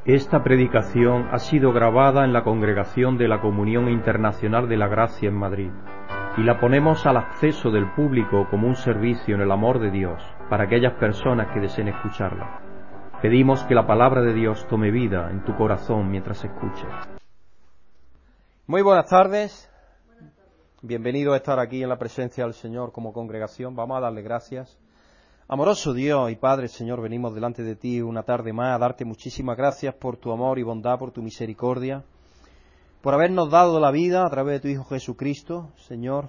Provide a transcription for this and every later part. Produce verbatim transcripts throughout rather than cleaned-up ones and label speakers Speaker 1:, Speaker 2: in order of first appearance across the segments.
Speaker 1: Esta predicación ha sido grabada en la Congregación de la Comunión Internacional de la Gracia en Madrid y la ponemos al acceso del público como un servicio en el amor de Dios para aquellas personas que deseen escucharla. Pedimos que la palabra de Dios tome vida en tu corazón mientras escuches.
Speaker 2: Muy buenas tardes. Bienvenido a estar aquí en la presencia del Señor como congregación. Vamos a darle gracias. Amoroso Dios y Padre, Señor, venimos delante de ti una tarde más a darte muchísimas gracias por tu amor y bondad, por tu misericordia, por habernos dado la vida a través de tu Hijo Jesucristo, Señor,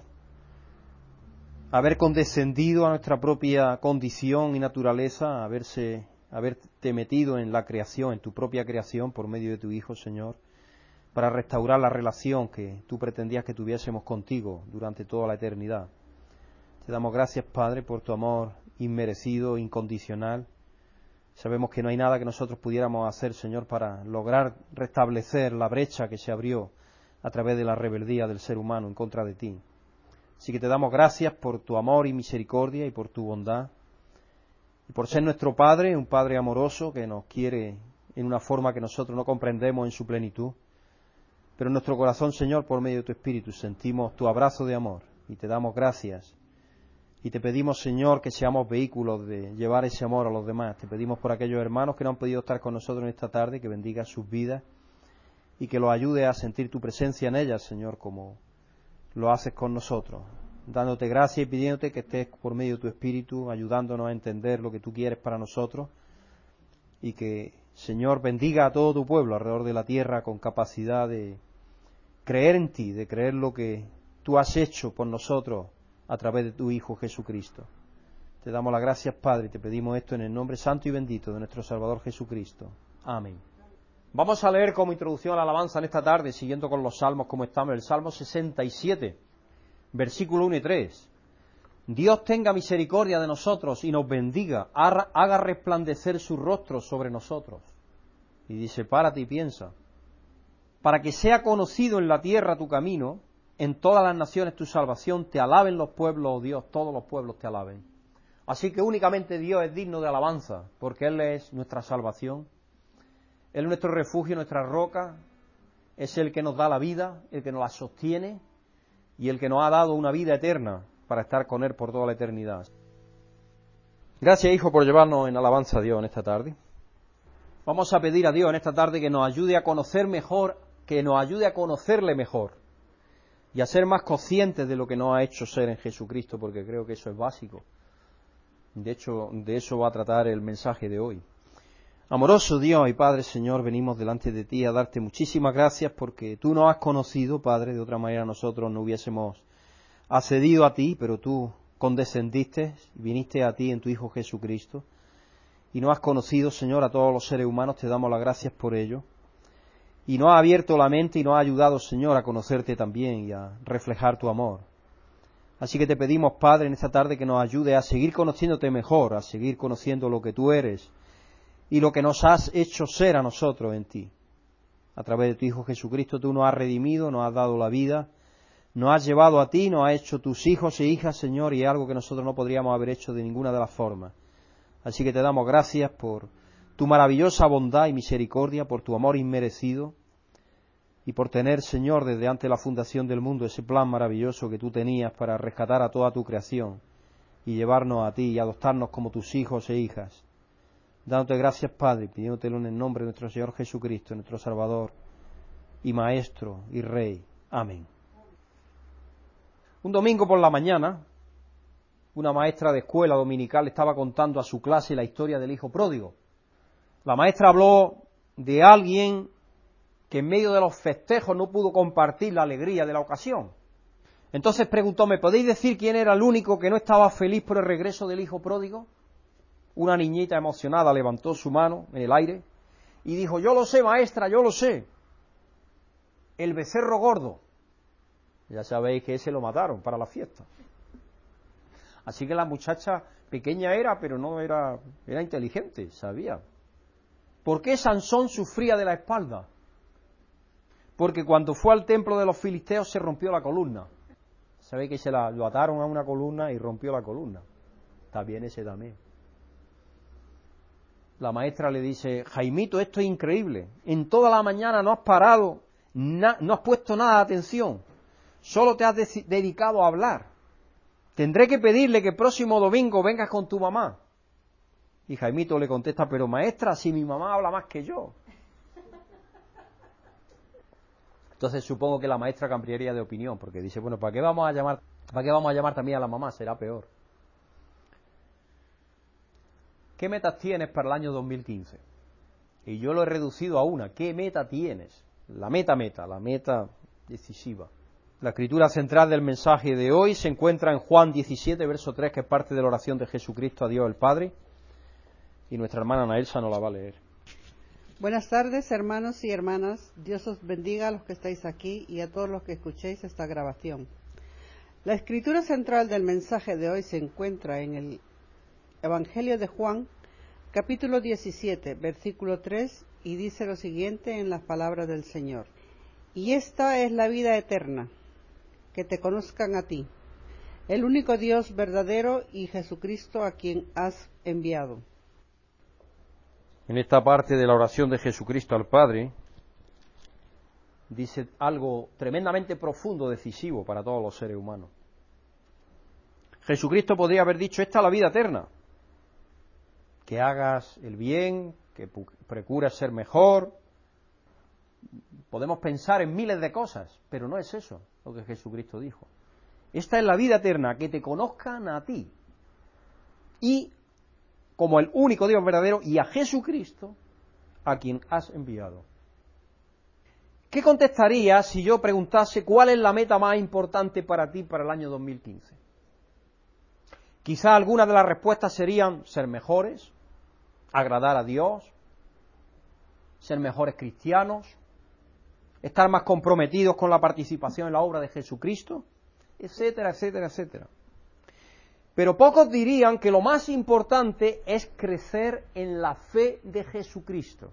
Speaker 2: haber condescendido a nuestra propia condición y naturaleza, haberse, haberte metido en la creación, en tu propia creación por medio de tu Hijo, Señor, para restaurar la relación que tú pretendías que tuviésemos contigo durante toda la eternidad. Te damos gracias, Padre, por tu amor inmerecido, incondicional. Sabemos que no hay nada que nosotros pudiéramos hacer, Señor, para lograr restablecer la brecha que se abrió a través de la rebeldía del ser humano en contra de ti. Así que te damos gracias por tu amor y misericordia y por tu bondad, y por ser nuestro Padre, un Padre amoroso que nos quiere en una forma que nosotros no comprendemos en su plenitud. Pero en nuestro corazón, Señor, por medio de tu Espíritu, sentimos tu abrazo de amor y te damos gracias. Y te pedimos, Señor, que seamos vehículos de llevar ese amor a los demás. Te pedimos por aquellos hermanos que no han podido estar con nosotros en esta tarde, que bendiga sus vidas y que los ayude a sentir tu presencia en ellas, Señor, como lo haces con nosotros. Dándote gracias y pidiéndote que estés por medio de tu Espíritu, ayudándonos a entender lo que tú quieres para nosotros. Y que, Señor, bendiga a todo tu pueblo alrededor de la tierra con capacidad de creer en ti, de creer lo que tú has hecho por nosotros a través de tu Hijo Jesucristo. Te damos las gracias, Padre, y te pedimos esto en el nombre santo y bendito de nuestro Salvador Jesucristo. Amén. Vamos a leer como introducción a la alabanza en esta tarde, siguiendo con los salmos como estamos, el Salmo sesenta y siete, versículo uno y tres. Dios tenga misericordia de nosotros y nos bendiga, haga resplandecer su rostro sobre nosotros. Y dice, párate y piensa, para que sea conocido en la tierra tu camino, en todas las naciones tu salvación, te alaben los pueblos, oh Dios, todos los pueblos te alaben. Así que únicamente Dios es digno de alabanza, porque Él es nuestra salvación, Él es nuestro refugio, nuestra roca, es el que nos da la vida, el que nos la sostiene y el que nos ha dado una vida eterna para estar con Él por toda la eternidad. Gracias, Hijo, por llevarnos en alabanza a Dios en esta tarde. Vamos a pedir a Dios en esta tarde que nos ayude a conocer mejor, que nos ayude a conocerle mejor y a ser más conscientes de lo que nos ha hecho ser en Jesucristo, porque creo que eso es básico. De hecho, de eso va a tratar el mensaje de hoy. Amoroso Dios y Padre, Señor, venimos delante de ti a darte muchísimas gracias porque tú nos has conocido, Padre, de otra manera nosotros no hubiésemos accedido a ti, pero tú condescendiste, viniste a ti en tu Hijo Jesucristo, y nos has conocido, Señor, a todos los seres humanos, te damos las gracias por ello. Y nos ha abierto la mente y nos ha ayudado, Señor, a conocerte también y a reflejar tu amor. Así que te pedimos, Padre, en esta tarde que nos ayude a seguir conociéndote mejor, a seguir conociendo lo que tú eres y lo que nos has hecho ser a nosotros en ti. A través de tu Hijo Jesucristo tú nos has redimido, nos has dado la vida, nos has llevado a ti, nos has hecho tus hijos e hijas, Señor, y es algo que nosotros no podríamos haber hecho de ninguna de las formas. Así que te damos gracias por tu maravillosa bondad y misericordia, por tu amor inmerecido y por tener, Señor, desde antes de la fundación del mundo ese plan maravilloso que tú tenías para rescatar a toda tu creación y llevarnos a ti y adoptarnos como tus hijos e hijas. Dándote gracias, Padre, pidiéndotelo en el nombre de nuestro Señor Jesucristo, nuestro Salvador y Maestro y Rey. Amén. Un domingo por la mañana, una maestra de escuela dominical estaba contando a su clase la historia del hijo pródigo. La maestra habló de alguien que en medio de los festejos no pudo compartir la alegría de la ocasión. Entonces preguntó, ¿me podéis decir quién era el único que no estaba feliz por el regreso del hijo pródigo? Una niñita emocionada levantó su mano en el aire y dijo, yo lo sé, maestra, yo lo sé. El becerro gordo. Ya sabéis que ese lo mataron para la fiesta. Así que la muchacha pequeña era, pero no era, era inteligente, sabía. ¿Por qué Sansón sufría de la espalda? Porque cuando fue al templo de los filisteos se rompió la columna. Sabéis que se la, lo ataron a una columna y rompió la columna. Está bien ese también. la maestra le dice, Jaimito, esto es increíble, en toda la mañana no has parado, na, no has puesto nada de atención, solo te has de- dedicado a hablar. Tendré que pedirle que el próximo domingo vengas con tu mamá. Y Jaimito le contesta, pero maestra, si mi mamá habla más que yo. Entonces supongo que la maestra cambiaría de opinión, porque dice, bueno, ¿para qué vamos a llamar, para qué vamos a llamar también a la mamá? Será peor. ¿Qué metas tienes para el año dos mil quince? Y yo lo he reducido a una. ¿Qué meta tienes? La meta meta, la meta decisiva. La escritura central del mensaje de hoy se encuentra en Juan diecisiete, verso tres, que es parte de la oración de Jesucristo a Dios el Padre. Y nuestra hermana Naelsa nos la va a leer.
Speaker 3: Buenas tardes, hermanos y hermanas. Dios os bendiga a los que estáis aquí y a todos los que escuchéis esta grabación. La escritura central del mensaje de hoy se encuentra en el Evangelio de Juan, capítulo diecisiete, versículo tres, y dice lo siguiente en las palabras del Señor. Y esta es la vida eterna, que te conozcan a ti, el único Dios verdadero, y Jesucristo a quien has enviado.
Speaker 2: En esta parte de la oración de Jesucristo al Padre, dice algo tremendamente profundo, decisivo para todos los seres humanos. Jesucristo podría haber dicho, esta es la vida eterna, que hagas el bien, que procures ser mejor. Podemos pensar en miles de cosas, pero no es eso lo que Jesucristo dijo. Esta es la vida eterna, que te conozcan a ti, y como el único Dios verdadero, y a Jesucristo, a quien has enviado. ¿Qué contestarías si yo preguntase cuál es la meta más importante para ti para el año dos mil quince? Quizá algunas de las respuestas serían ser mejores, agradar a Dios, ser mejores cristianos, estar más comprometidos con la participación en la obra de Jesucristo, etcétera, etcétera, etcétera. Pero pocos dirían que lo más importante es crecer en la fe de Jesucristo.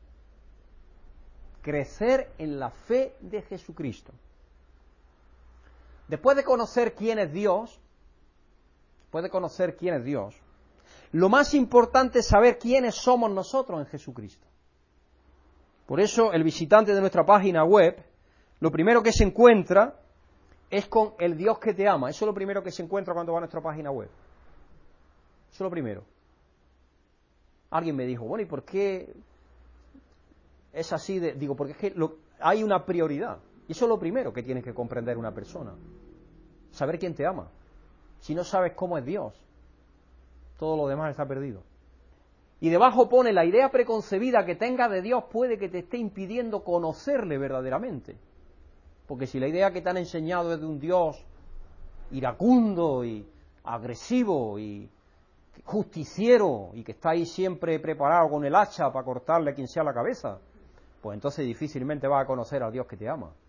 Speaker 2: Crecer en la fe de Jesucristo. Después de conocer quién es Dios, después de conocer quién es Dios, lo más importante es saber quiénes somos nosotros en Jesucristo. Por eso el visitante de nuestra página web, lo primero que se encuentra es con el Dios que te ama. Eso es lo primero que se encuentra cuando va a nuestra página web. Eso es lo primero. Alguien me dijo, bueno, ¿y por qué es así? De... Digo, porque es que lo... hay una prioridad. Y eso es lo primero que tiene que comprender una persona. Saber quién te ama. Si no sabes cómo es Dios, todo lo demás está perdido. Y debajo pone, la idea preconcebida que tengas de Dios puede que te esté impidiendo conocerle verdaderamente. Porque si la idea que te han enseñado es de un Dios iracundo y agresivo y justiciero y que está ahí siempre preparado con el hacha para cortarle a quien sea la cabeza, pues entonces difícilmente vas a conocer al Dios que te ama.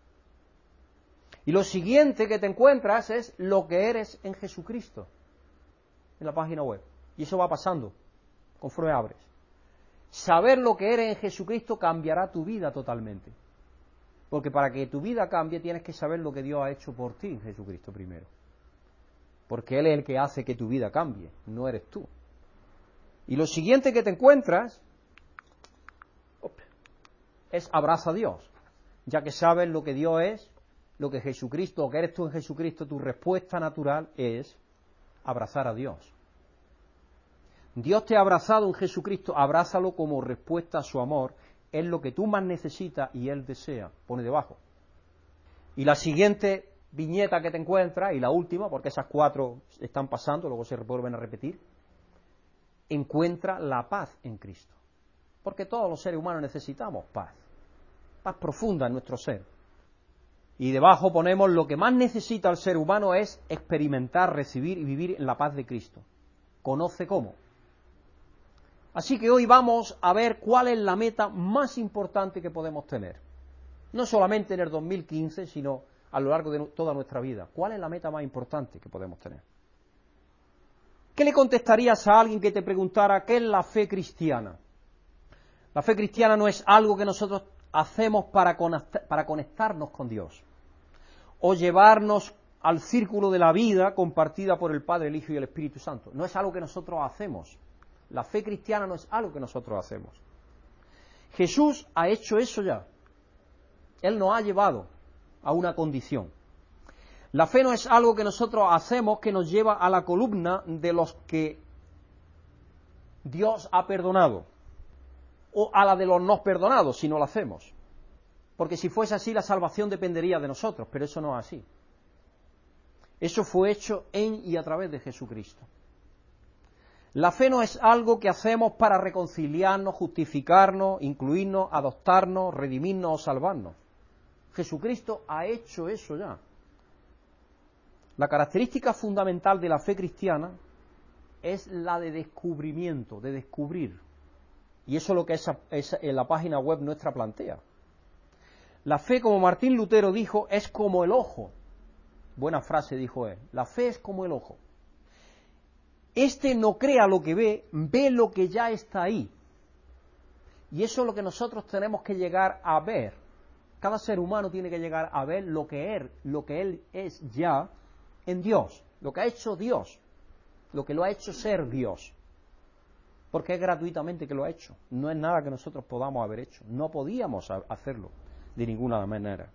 Speaker 2: Y lo siguiente que te encuentras es lo que eres en Jesucristo, en la página web. Y eso va pasando conforme abres. Saber lo que eres en Jesucristo cambiará tu vida totalmente. Porque para que tu vida cambie tienes que saber lo que Dios ha hecho por ti en Jesucristo primero. Porque Él es el que hace que tu vida cambie, no eres tú. Y lo siguiente que te encuentras es abraza a Dios. Ya que sabes lo que Dios es, lo que Jesucristo, o que eres tú en Jesucristo, tu respuesta natural es abrazar a Dios. Dios te ha abrazado en Jesucristo, abrázalo como respuesta a su amor. Es lo que tú más necesitas y Él desea. Pone debajo. Y la siguiente viñeta que te encuentras, y la última, porque esas cuatro están pasando, luego se vuelven a repetir, encuentra la paz en Cristo. Porque todos los seres humanos necesitamos paz. Paz profunda en nuestro ser. Y debajo ponemos lo que más necesita el ser humano es experimentar, recibir y vivir en la paz de Cristo. Conoce cómo. Así que hoy vamos a ver cuál es la meta más importante que podemos tener. No solamente en el dos mil quince, sino a lo largo de toda nuestra vida. ¿Cuál es la meta más importante que podemos tener? ¿Qué le contestarías a alguien que te preguntara qué es la fe cristiana? La fe cristiana no es algo que nosotros hacemos para conectarnos con Dios o llevarnos al círculo de la vida compartida por el Padre, el Hijo y el Espíritu Santo. No es algo que nosotros hacemos. La fe cristiana no es algo que nosotros hacemos. Jesús ha hecho eso ya. Él nos ha llevado a una condición. La fe no es algo que nosotros hacemos que nos lleva a la columna de los que Dios ha perdonado, o a la de los no perdonados, si no lo hacemos. Porque si fuese así, la salvación dependería de nosotros, pero eso no es así. Eso fue hecho en y a través de Jesucristo. La fe no es algo que hacemos para reconciliarnos, justificarnos, incluirnos, adoptarnos, redimirnos o salvarnos. Jesucristo ha hecho eso ya. La característica fundamental de la fe cristiana es la de descubrimiento, de descubrir. Y eso es lo que esa, esa, en la página web nuestra plantea. La fe, como Martín Lutero dijo, es como el ojo. Buena frase dijo él. La fe es como el ojo. Este no crea lo que ve, ve lo que ya está ahí. Y eso es lo que nosotros tenemos que llegar a ver. Cada ser humano tiene que llegar a ver lo que él, lo que él es ya en Dios, lo que ha hecho Dios, lo que lo ha hecho ser Dios. Porque es gratuitamente que lo ha hecho. No es nada que nosotros podamos haber hecho. No podíamos hacerlo de ninguna manera.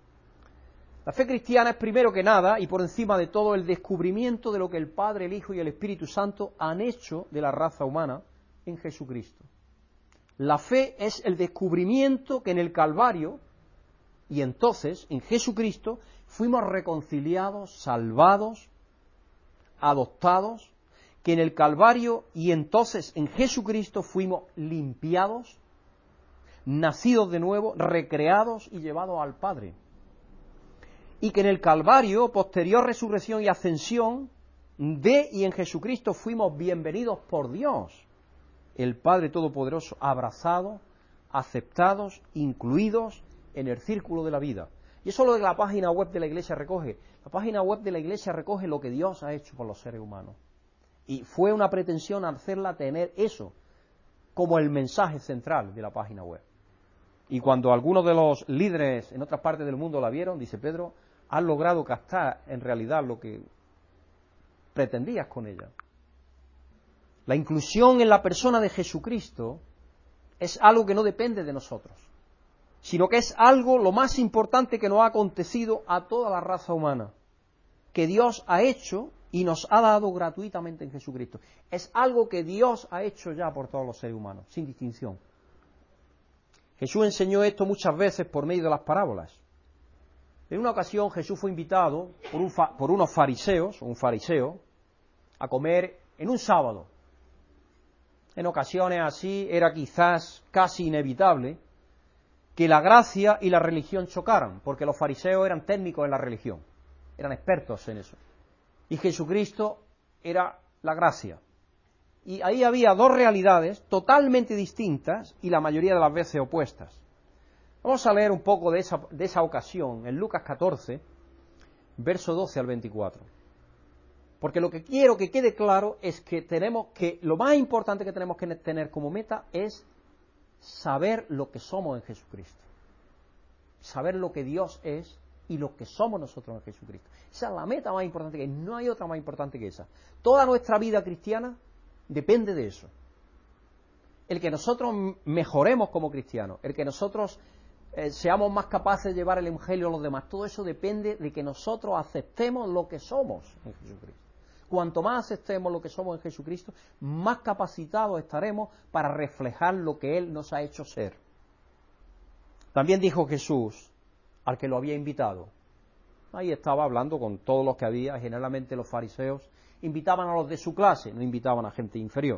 Speaker 2: La fe cristiana es primero que nada y por encima de todo el descubrimiento de lo que el Padre, el Hijo y el Espíritu Santo han hecho de la raza humana en Jesucristo. La fe es el descubrimiento que en el Calvario y entonces en Jesucristo fuimos reconciliados, salvados, adoptados, que en el Calvario y entonces en Jesucristo fuimos limpiados, nacidos de nuevo, recreados y llevados al Padre. Y que en el Calvario, posterior resurrección y ascensión, de y en Jesucristo fuimos bienvenidos por Dios, el Padre Todopoderoso, abrazados, aceptados, incluidos en el círculo de la vida. Y eso es lo que la página web de la Iglesia recoge. La página web de la Iglesia recoge lo que Dios ha hecho por los seres humanos. Y fue una pretensión hacerla tener eso como el mensaje central de la página web. Y cuando algunos de los líderes en otras partes del mundo la vieron, dice Pedro, has logrado captar en realidad lo que pretendías con ella. La inclusión en la persona de Jesucristo es algo que no depende de nosotros, sino que es algo lo más importante que nos ha acontecido a toda la raza humana, que Dios ha hecho y nos ha dado gratuitamente en Jesucristo. Es algo que Dios ha hecho ya por todos los seres humanos, sin distinción. Jesús enseñó esto muchas veces por medio de las parábolas. En una ocasión Jesús fue invitado por, un fa, por unos fariseos, un fariseo, a comer en un sábado. En ocasiones así era quizás casi inevitable que la gracia y la religión chocaran, porque los fariseos eran técnicos en la religión, eran expertos en eso. Y Jesucristo era la gracia. Y ahí había dos realidades totalmente distintas y la mayoría de las veces opuestas. Vamos a leer un poco de esa, de esa ocasión en Lucas catorce, verso doce al veinticuatro. Porque lo que quiero que quede claro es que tenemos que, lo más importante que tenemos que tener como meta es saber lo que somos en Jesucristo. Saber lo que Dios es y lo que somos nosotros en Jesucristo. Esa es la meta más importante que hay, no hay otra más importante que esa. Toda nuestra vida cristiana depende de eso. El que nosotros mejoremos como cristianos, el que nosotros eh, seamos más capaces de llevar el Evangelio a los demás, todo eso depende de que nosotros aceptemos lo que somos en Jesucristo. Cuanto más aceptemos lo que somos en Jesucristo, más capacitados estaremos para reflejar lo que Él nos ha hecho ser. También dijo Jesús al que lo había invitado. Ahí estaba hablando con todos los que había, generalmente los fariseos invitaban a los de su clase, no invitaban a gente inferior.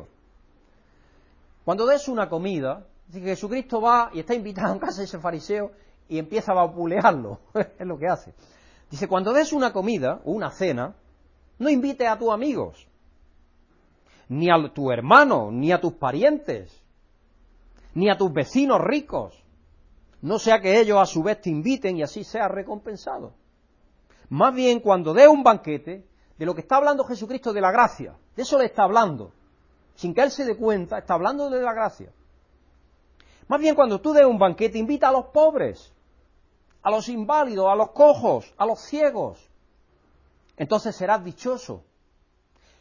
Speaker 2: Cuando des una comida, dice que Jesucristo va y está invitado en casa de ese fariseo y empieza a vapulearlo, es lo que hace. Dice, cuando des una comida o una cena, no invites a tus amigos, ni a tu hermano, ni a tus parientes, ni a tus vecinos ricos, no sea que ellos a su vez te inviten y así seas recompensado. Más bien, cuando des un banquete, de lo que está hablando Jesucristo de la gracia, de eso le está hablando, sin que Él se dé cuenta, está hablando de la gracia. Más bien, cuando tú des un banquete, invita a los pobres, a los inválidos, a los cojos, a los ciegos. Entonces serás dichoso.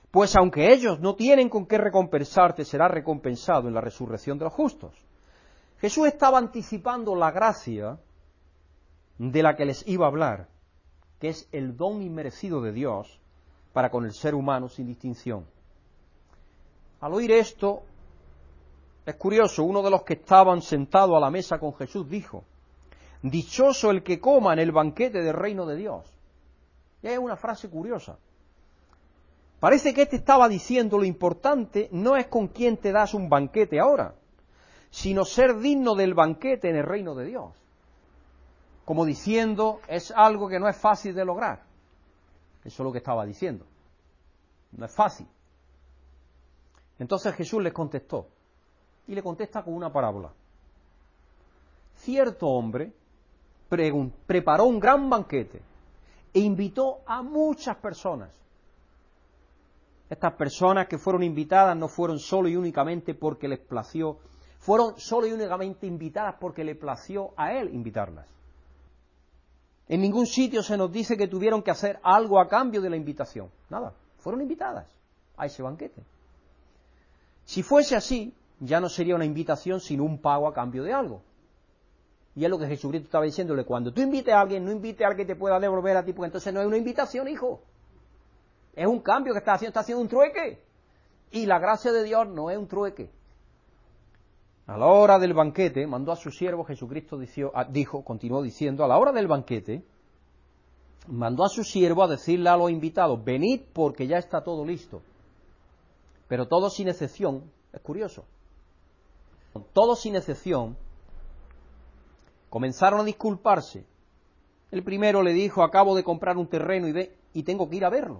Speaker 2: Pues aunque ellos no tienen con qué recompensarte, será recompensado en la resurrección de los justos. Jesús estaba anticipando la gracia de la que les iba a hablar, que es el don inmerecido de Dios para con el ser humano sin distinción. Al oír esto, es curioso, uno de los que estaban sentados a la mesa con Jesús dijo: dichoso el que coma en el banquete del reino de Dios. Y es una frase curiosa. Parece que este estaba diciendo: lo importante no es con quién te das un banquete ahora, sino ser digno del banquete en el reino de Dios. Como diciendo, es algo que no es fácil de lograr. Eso es lo que estaba diciendo. No es fácil. Entonces Jesús les contestó, y le contesta con una parábola. Cierto hombre preparó un gran banquete e invitó a muchas personas. Estas personas que fueron invitadas no fueron solo y únicamente porque les plació, fueron solo y únicamente invitadas porque le plació a él invitarlas. En ningún sitio se nos dice que tuvieron que hacer algo a cambio de la invitación. Nada, fueron invitadas a ese banquete. Si fuese así, ya no sería una invitación sino un pago a cambio de algo. Y es lo que Jesucristo estaba diciéndole: cuando tú invites a alguien, no invite a alguien que te pueda devolver a ti, porque entonces no es una invitación, hijo. Es un cambio que está haciendo, está haciendo un trueque. Y la gracia de Dios no es un trueque. A la hora del banquete, mandó a su siervo, Jesucristo dijo, dijo, continuó diciendo, a la hora del banquete, mandó a su siervo a decirle a los invitados: venid porque ya está todo listo. Pero todos sin excepción, es curioso, todos sin excepción, comenzaron a disculparse. El primero le dijo: acabo de comprar un terreno y, ve, y tengo que ir a verlo.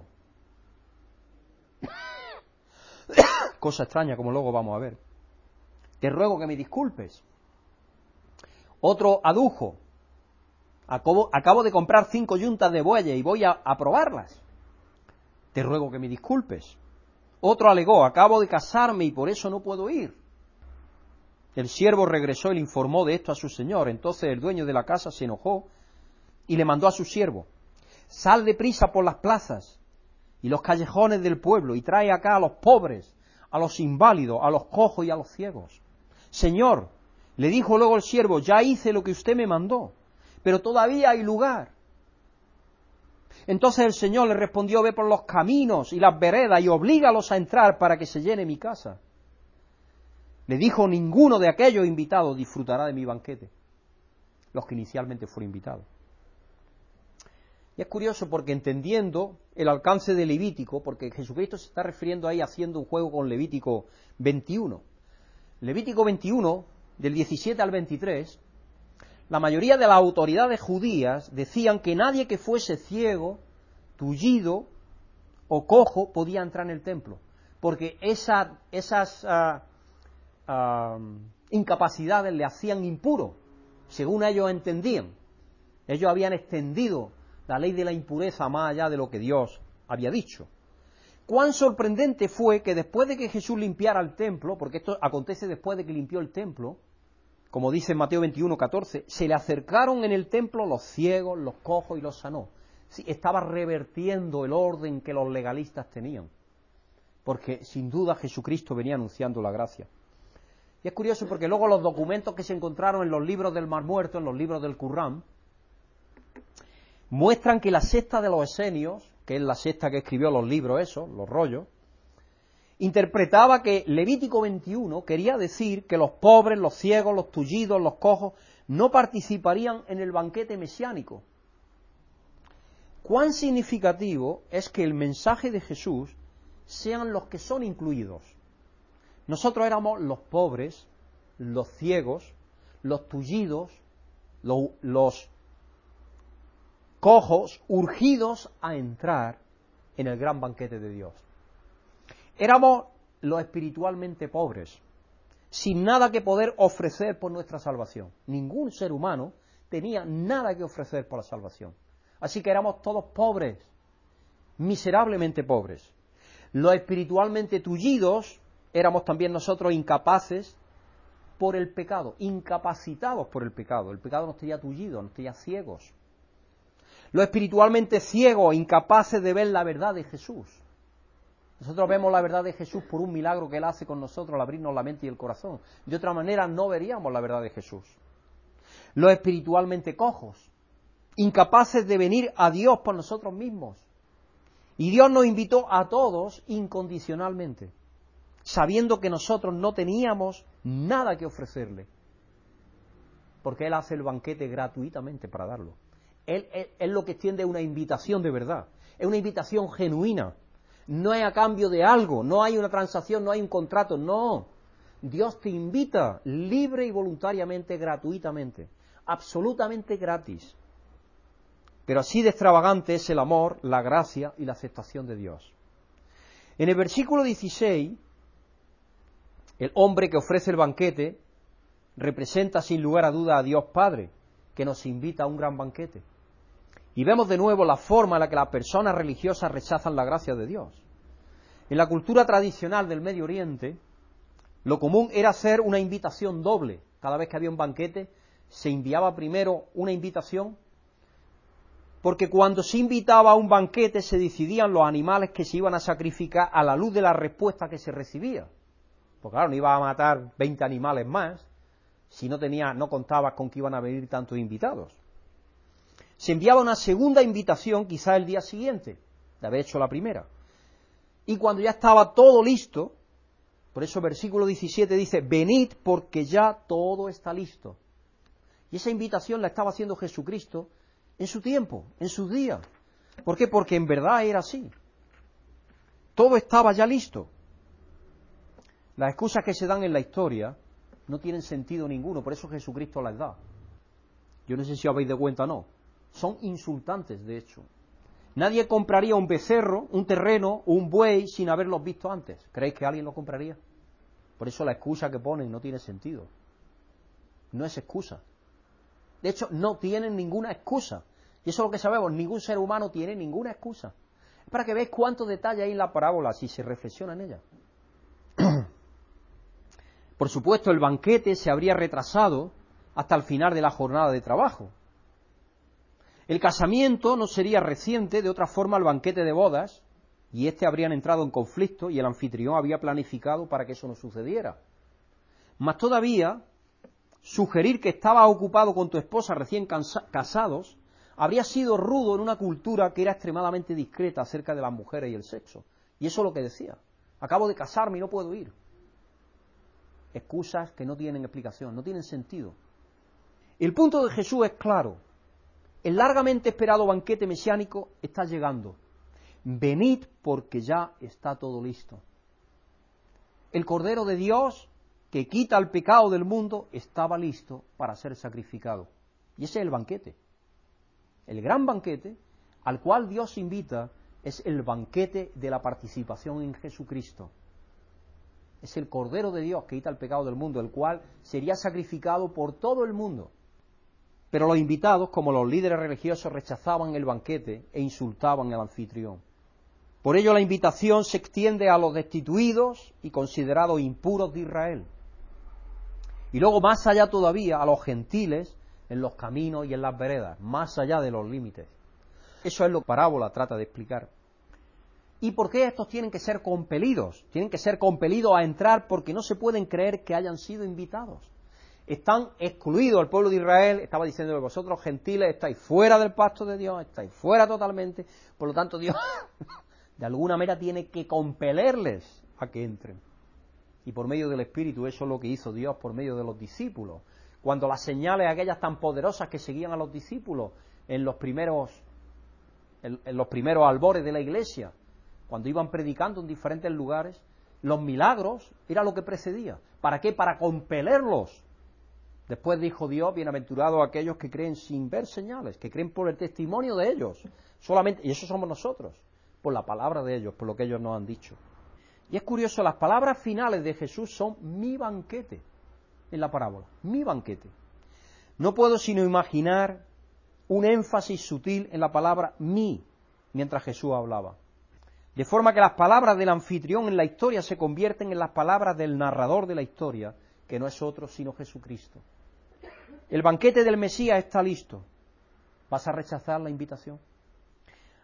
Speaker 2: Cosa extraña, como luego vamos a ver. Te ruego que me disculpes. Otro adujo: acabo, acabo de comprar cinco yuntas de bueyes y voy a, a probarlas. Te ruego que me disculpes. Otro alegó: acabo de casarme y por eso no puedo ir. El siervo regresó y le informó de esto a su señor. Entonces el dueño de la casa se enojó y le mandó a su siervo: sal deprisa por las plazas y los callejones del pueblo y trae acá a los pobres, a los inválidos, a los cojos y a los ciegos. Señor, le dijo luego el siervo, ya hice lo que usted me mandó, pero todavía hay lugar. Entonces el Señor le respondió: ve por los caminos y las veredas y oblígalos a entrar para que se llene mi casa. Le dijo: ninguno de aquellos invitados disfrutará de mi banquete, los que inicialmente fueron invitados. Y es curioso porque entendiendo el alcance de Levítico, porque Jesucristo se está refiriendo ahí haciendo un juego con Levítico veintiuno. Levítico veintiuno, del diecisiete al veintitrés, la mayoría de las autoridades judías decían que nadie que fuese ciego, tullido o cojo podía entrar en el templo, porque esa, esas uh, uh, incapacidades le hacían impuro, según ellos entendían. Ellos habían extendido la ley de la impureza más allá de lo que Dios había dicho. Cuán sorprendente fue que después de que Jesús limpiara el templo, porque esto acontece después de que limpió el templo, como dice en Mateo veintiuno, catorce, se le acercaron en el templo los ciegos, los cojos y los sanó. Sí, estaba revertiendo el orden que los legalistas tenían, porque sin duda Jesucristo venía anunciando la gracia. Y es curioso porque luego los documentos que se encontraron en los libros del Mar Muerto, en los libros del Qur'án, muestran que la secta de los esenios, que es la secta que escribió los libros esos, los rollos, interpretaba que Levítico veintiuno quería decir que los pobres, los ciegos, los tullidos, los cojos, no participarían en el banquete mesiánico. Cuán significativo es que el mensaje de Jesús sean los que son incluidos. Nosotros éramos los pobres, los ciegos, los tullidos, los, los cojos, urgidos a entrar en el gran banquete de Dios. Éramos los espiritualmente pobres, sin nada que poder ofrecer por nuestra salvación. Ningún ser humano tenía nada que ofrecer por la salvación. Así que éramos todos pobres, miserablemente pobres. Los espiritualmente tullidos éramos también nosotros incapaces por el pecado, incapacitados por el pecado. El pecado nos tenía tullidos, nos tenía ciegos. Los espiritualmente ciegos, incapaces de ver la verdad de Jesús. Nosotros vemos la verdad de Jesús por un milagro que Él hace con nosotros al abrirnos la mente y el corazón. De otra manera no veríamos la verdad de Jesús. Los espiritualmente cojos, incapaces de venir a Dios por nosotros mismos. Y Dios nos invitó a todos incondicionalmente, sabiendo que nosotros no teníamos nada que ofrecerle. Porque Él hace el banquete gratuitamente para darlo. Él, él, él lo que extiende es una invitación de verdad, es una invitación genuina. No es a cambio de algo, no hay una transacción, no hay un contrato, no. Dios te invita libre y voluntariamente, gratuitamente, absolutamente gratis. Pero así de extravagante es el amor, la gracia y la aceptación de Dios. En el versículo dieciséis, el hombre que ofrece el banquete representa sin lugar a duda a Dios Padre, que nos invita a un gran banquete. Y vemos de nuevo la forma en la que las personas religiosas rechazan la gracia de Dios. En la cultura tradicional del Medio Oriente, lo común era hacer una invitación doble. Cada vez que había un banquete, se enviaba primero una invitación, porque cuando se invitaba a un banquete se decidían los animales que se iban a sacrificar a la luz de la respuesta que se recibía. Porque claro, no iba a matar veinte animales más si no tenía, no contabas con que iban a venir tantos invitados. Se enviaba una segunda invitación, quizás el día siguiente, de haber hecho la primera. Y cuando ya estaba todo listo, por eso el versículo diecisiete dice, venid porque ya todo está listo. Y esa invitación la estaba haciendo Jesucristo en su tiempo, en sus días. ¿Por qué? Porque en verdad era así. Todo estaba ya listo. Las excusas que se dan en la historia no tienen sentido ninguno, por eso Jesucristo las da. Yo no sé si os habéis dado cuenta o no. Son insultantes, de hecho. Nadie compraría un becerro, un terreno o un buey sin haberlos visto antes. ¿Creéis que alguien lo compraría? Por eso la excusa que ponen no tiene sentido. No es excusa. De hecho, no tienen ninguna excusa. Y eso es lo que sabemos, ningún ser humano tiene ninguna excusa. Es para que veáis cuántos detalles hay en la parábola si se reflexiona en ella. Por supuesto, el banquete se habría retrasado hasta el final de la jornada de trabajo. El casamiento no sería reciente, de otra forma el banquete de bodas, y éste habrían entrado en conflicto y el anfitrión había planificado para que eso no sucediera. Más todavía, sugerir que estabas ocupado con tu esposa recién casados habría sido rudo en una cultura que era extremadamente discreta acerca de las mujeres y el sexo. Y eso es lo que decía. Acabo de casarme y no puedo ir. Excusas que no tienen explicación, no tienen sentido. El punto de Jesús es claro. El largamente esperado banquete mesiánico está llegando. Venid porque ya está todo listo. El Cordero de Dios, que quita el pecado del mundo, estaba listo para ser sacrificado. Y ese es el banquete. El gran banquete al cual Dios invita es el banquete de la participación en Jesucristo. Es el Cordero de Dios que quita el pecado del mundo, el cual sería sacrificado por todo el mundo. Pero los invitados, como los líderes religiosos, rechazaban el banquete e insultaban al anfitrión. Por ello la invitación se extiende a los destituidos y considerados impuros de Israel. Y luego más allá todavía a los gentiles en los caminos y en las veredas, más allá de los límites. Eso es lo que la parábola trata de explicar. ¿Y por qué estos tienen que ser compelidos? Tienen que ser compelidos a entrar porque no se pueden creer que hayan sido invitados. Están excluidos el pueblo de Israel, estaba diciendo que vosotros gentiles estáis fuera del pacto de Dios, estáis fuera totalmente, por lo tanto Dios de alguna manera tiene que compelerles a que entren. Y por medio del Espíritu, eso es lo que hizo Dios por medio de los discípulos. Cuando las señales aquellas tan poderosas que seguían a los discípulos en los primeros, en, en los primeros albores de la iglesia, cuando iban predicando en diferentes lugares, los milagros era lo que precedía. ¿Para qué? Para compelerlos. Después dijo Dios, bienaventurados aquellos que creen sin ver señales, que creen por el testimonio de ellos, solamente, y eso somos nosotros, por la palabra de ellos, por lo que ellos nos han dicho. Y es curioso, las palabras finales de Jesús son mi banquete, en la parábola, mi banquete. No puedo sino imaginar un énfasis sutil en la palabra mi, mientras Jesús hablaba. De forma que las palabras del anfitrión en la historia se convierten en las palabras del narrador de la historia, que no es otro sino Jesucristo. El banquete del Mesías está listo. ¿Vas a rechazar la invitación?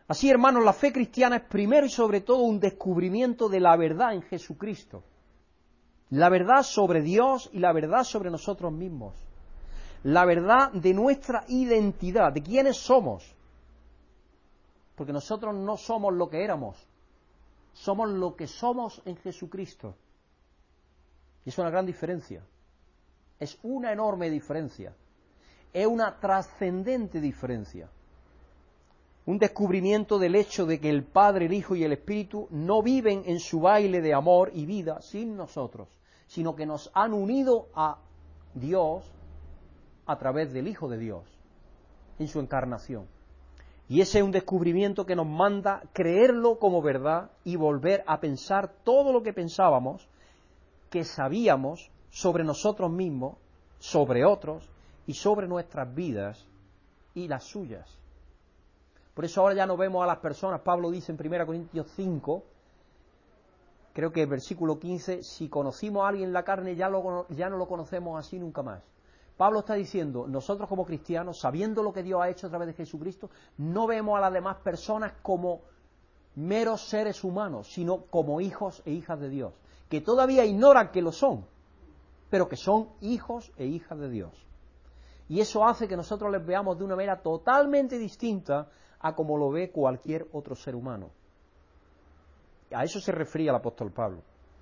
Speaker 2: Así, hermanos, la fe cristiana es primero y sobre todo un descubrimiento de la verdad en Jesucristo. La verdad sobre Dios y la verdad sobre nosotros mismos. La verdad de nuestra identidad, de quiénes somos. Porque nosotros no somos lo que éramos, somos lo que somos en Jesucristo. Y es una gran diferencia. Es una enorme diferencia. Es una trascendente diferencia. Un descubrimiento del hecho de que el Padre, el Hijo y el Espíritu no viven en su baile de amor y vida sin nosotros, sino que nos han unido a Dios a través del Hijo de Dios, en su encarnación. Y ese es un descubrimiento que nos manda creerlo como verdad y volver a pensar todo lo que pensábamos, que sabíamos sobre nosotros mismos, sobre otros y sobre nuestras vidas y las suyas. Por eso ahora ya no vemos a las personas. Pablo dice en primera Corintios cinco, creo que el versículo quince, si conocimos a alguien en la carne ya, lo, ya no lo conocemos así nunca más. Pablo está diciendo, nosotros como cristianos, sabiendo lo que Dios ha hecho a través de Jesucristo, no vemos a las demás personas como meros seres humanos, sino como hijos e hijas de Dios, que todavía ignoran que lo son, pero que son hijos e hijas de Dios. Y eso hace que nosotros les veamos de una manera totalmente distinta a como lo ve cualquier otro ser humano. A eso se refería el apóstol Pablo.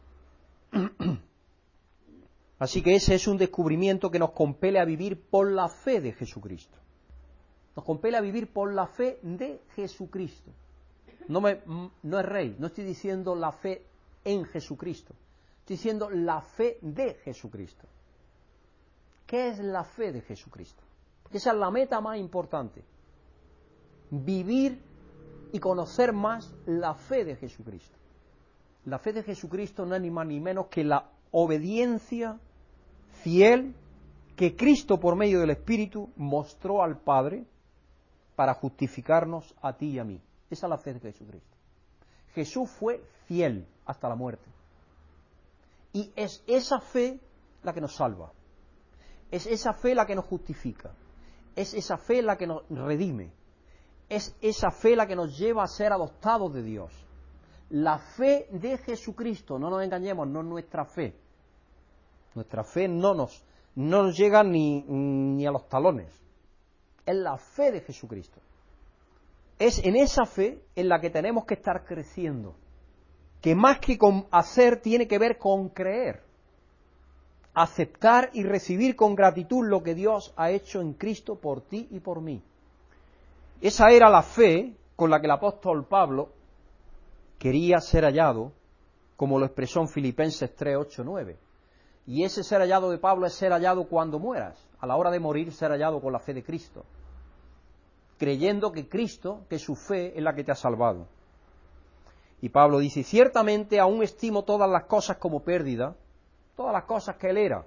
Speaker 2: Así que ese es un descubrimiento que nos compele a vivir por la fe de Jesucristo. Nos compele a vivir por la fe de Jesucristo. No, me, no es rey, no estoy diciendo la fe en Jesucristo. Estoy diciendo la fe de Jesucristo. ¿Qué es la fe de Jesucristo? Porque esa es la meta más importante. Vivir y conocer más la fe de Jesucristo. La fe de Jesucristo no es ni más ni menos que la obediencia fiel que Cristo por medio del Espíritu mostró al Padre para justificarnos a ti y a mí. Esa es la fe de Jesucristo. Jesús fue fiel hasta la muerte. Y es esa fe la que nos salva. Es esa fe la que nos justifica. Es esa fe la que nos redime. Es esa fe la que nos lleva a ser adoptados de Dios. La fe de Jesucristo, no nos engañemos, no es nuestra fe. Nuestra fe no nos, no nos llega ni, ni a los talones. Es la fe de Jesucristo. Es en esa fe en la que tenemos que estar creciendo. Que más que con hacer tiene que ver con creer. Aceptar y recibir con gratitud lo que Dios ha hecho en Cristo por ti y por mí. Esa era la fe con la que el apóstol Pablo quería ser hallado, como lo expresó en Filipenses tres, ocho, nueve. Y ese ser hallado de Pablo es ser hallado cuando mueras, a la hora de morir ser hallado con la fe de Cristo, creyendo que Cristo, que su fe es la que te ha salvado. Y Pablo dice, ciertamente aún estimo todas las cosas como pérdida, todas las cosas que él era,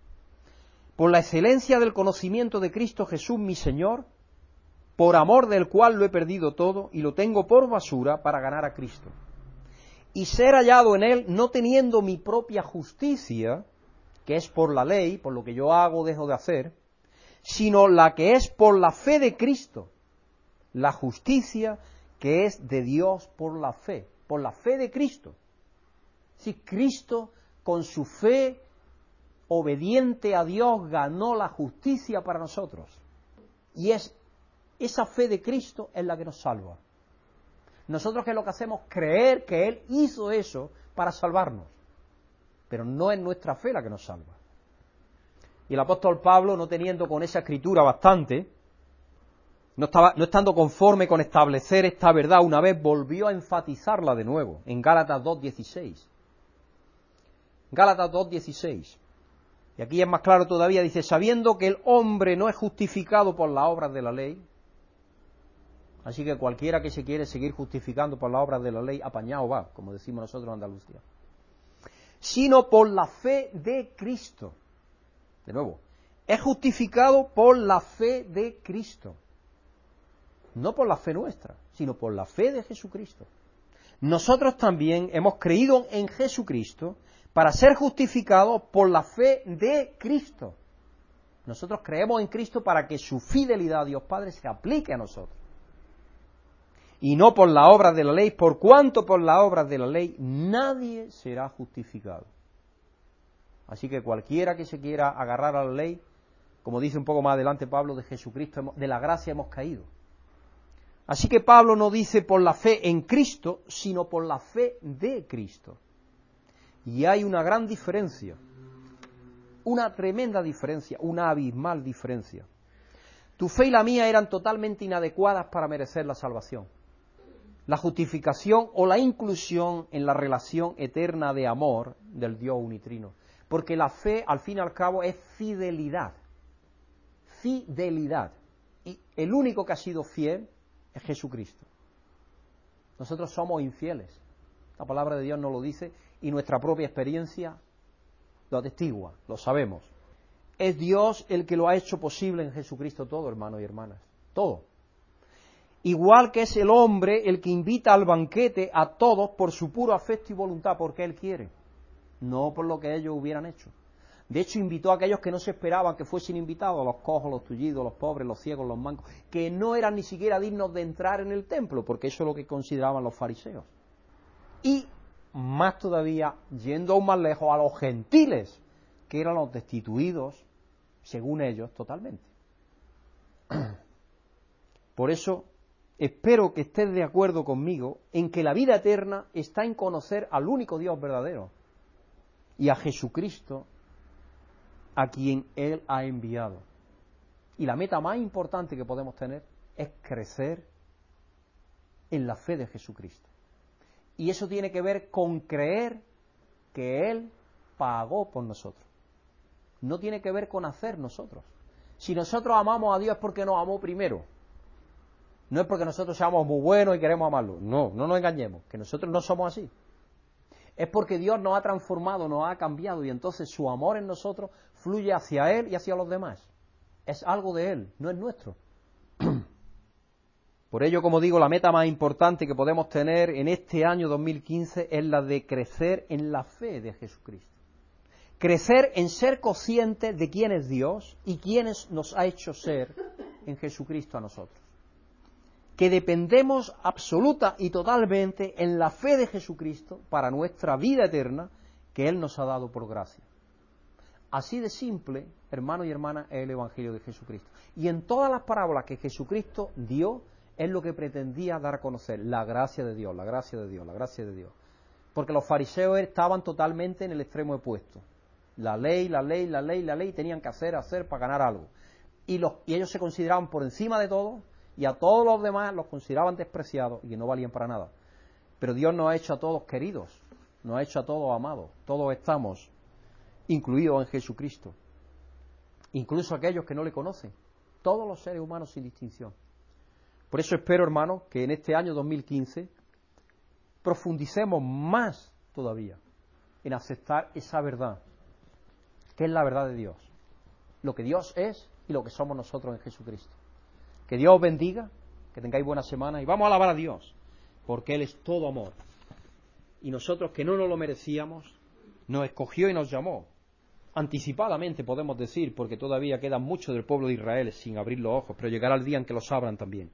Speaker 2: por la excelencia del conocimiento de Cristo Jesús mi Señor, por amor del cual lo he perdido todo y lo tengo por basura para ganar a Cristo. Y ser hallado en él, no teniendo mi propia justicia, que es por la ley, por lo que yo hago o dejo de hacer, sino la que es por la fe de Cristo, la justicia que es de Dios por la fe, por la fe de Cristo. Si Cristo, con su fe obediente a Dios, ganó la justicia para nosotros. Y es esa fe de Cristo es la que nos salva. Nosotros que lo que hacemos es creer que Él hizo eso para salvarnos. Pero no es nuestra fe la que nos salva. Y el apóstol Pablo, no teniendo con esa escritura bastante, no, estaba, no estando conforme con establecer esta verdad una vez, volvió a enfatizarla de nuevo, en Gálatas dos, dieciséis. Gálatas dos, dieciséis. Y aquí es más claro todavía, dice, sabiendo que el hombre no es justificado por las obras de la ley, así que cualquiera que se quiere seguir justificando por las obras de la ley, apañado va, como decimos nosotros en Andalucía, sino por la fe de Cristo. De nuevo, es justificado por la fe de Cristo. No por la fe nuestra, sino por la fe de Jesucristo. Nosotros también hemos creído en Jesucristo para ser justificados por la fe de Cristo. Nosotros creemos en Cristo para que su fidelidad a Dios Padre se aplique a nosotros. y no por las obras de la ley, por cuanto por las obras de la ley nadie será justificado. Así que cualquiera que se quiera agarrar a la ley, como dice un poco más adelante Pablo, de Jesucristo, de la gracia hemos caído. Así que Pablo no dice por la fe en Cristo, sino por la fe de Cristo. Y hay una gran diferencia, una tremenda diferencia, una abismal diferencia. Tu fe y la mía eran totalmente inadecuadas para merecer la salvación, la justificación o la inclusión en la relación eterna de amor del Dios unitrino. Porque la fe, al fin y al cabo, es fidelidad. Fidelidad. Y el único que ha sido fiel es Jesucristo. Nosotros somos infieles. La palabra de Dios nos lo dice y nuestra propia experiencia lo atestigua, lo sabemos. Es Dios el que lo ha hecho posible en Jesucristo todo, hermanos y hermanas. Todo. Igual que es el hombre el que invita al banquete a todos por su puro afecto y voluntad, porque Él quiere, no por lo que ellos hubieran hecho. De hecho, invitó a aquellos que no se esperaban que fuesen invitados, a los cojos, los tullidos, los pobres, los ciegos, los mancos, que no eran ni siquiera dignos de entrar en el templo, porque eso es lo que consideraban los fariseos. Y más todavía, yendo aún más lejos, a los gentiles, que eran los destituidos, según ellos, totalmente. Por eso, espero que estés de acuerdo conmigo en que la vida eterna está en conocer al único Dios verdadero y a Jesucristo, a quien Él ha enviado. Y la meta más importante que podemos tener es crecer en la fe de Jesucristo. Y eso tiene que ver con creer que Él pagó por nosotros. No tiene que ver con hacer nosotros. Si nosotros amamos a Dios es porque nos amó primero. No es porque nosotros seamos muy buenos y queremos amarlo. No, no nos engañemos, que nosotros no somos así. Es porque Dios nos ha transformado, nos ha cambiado y entonces su amor en nosotros fluye hacia Él y hacia los demás. Es algo de Él, no es nuestro. Por ello, como digo, la meta más importante que podemos tener en este año dos mil quince es la de crecer en la fe de Jesucristo. Crecer en ser conscientes de quién es Dios y quién nos ha hecho ser en Jesucristo a nosotros. Que dependemos absoluta y totalmente en la fe de Jesucristo para nuestra vida eterna que Él nos ha dado por gracia. Así de simple, hermanos y hermanas, es el Evangelio de Jesucristo. Y en todas las parábolas que Jesucristo dio, es lo que pretendía dar a conocer, la gracia de Dios, la gracia de Dios, la gracia de Dios. Porque los fariseos estaban totalmente en el extremo opuesto. La ley, la ley, la ley, la ley, tenían que hacer, hacer para ganar algo. Y, los, y ellos se consideraban por encima de todo, y a todos los demás los consideraban despreciados y que no valían para nada. Pero Dios nos ha hecho a todos queridos, nos ha hecho a todos amados, todos estamos incluidos en Jesucristo. Incluso aquellos que no le conocen, todos los seres humanos sin distinción. Por eso espero, hermanos, que en este año dos mil quince profundicemos más todavía en aceptar esa verdad, que es la verdad de Dios, lo que Dios es y lo que somos nosotros en Jesucristo. Que Dios os bendiga, que tengáis buena semana y vamos a alabar a Dios, porque Él es todo amor. Y nosotros que no nos lo merecíamos, nos escogió y nos llamó. Anticipadamente podemos decir, porque todavía queda mucho del pueblo de Israel sin abrir los ojos, pero llegará el día en que los abran también.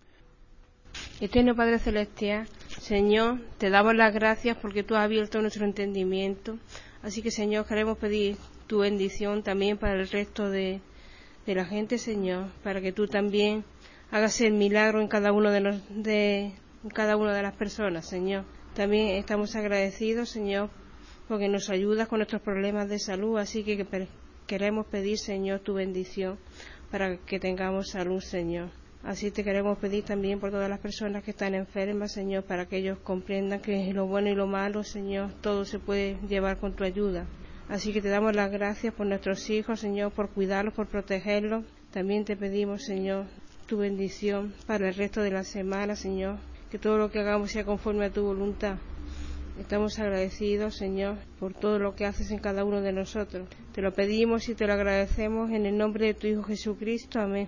Speaker 4: Eterno Padre Celestial, Señor, te damos las gracias porque tú has abierto nuestro entendimiento. Así que, Señor, queremos pedir tu bendición también para el resto de, de la gente, Señor, para que tú también hagas el milagro en cada uno de los, de en cada una de las personas, Señor. También estamos agradecidos, Señor, porque nos ayudas con nuestros problemas de salud, así que queremos pedir, Señor, tu bendición para que tengamos salud, Señor. Así te queremos pedir también por todas las personas que están enfermas, Señor, para que ellos comprendan que lo bueno y lo malo, Señor, todo se puede llevar con tu ayuda. Así que te damos las gracias por nuestros hijos, Señor, por cuidarlos, por protegerlos. También te pedimos, Señor, tu bendición para el resto de la semana, Señor, que todo lo que hagamos sea conforme a tu voluntad. Estamos agradecidos, Señor, por todo lo que haces en cada uno de nosotros. Te lo pedimos y te lo agradecemos en el nombre de tu Hijo Jesucristo. Amén.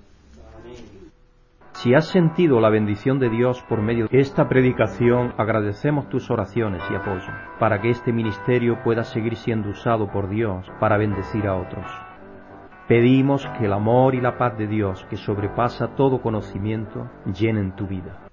Speaker 1: Si has sentido la bendición de Dios por medio de esta predicación, agradecemos tus oraciones y apoyo, para que este ministerio pueda seguir siendo usado por Dios para bendecir a otros. Pedimos que el amor y la paz de Dios, que sobrepasa todo conocimiento, llenen tu vida.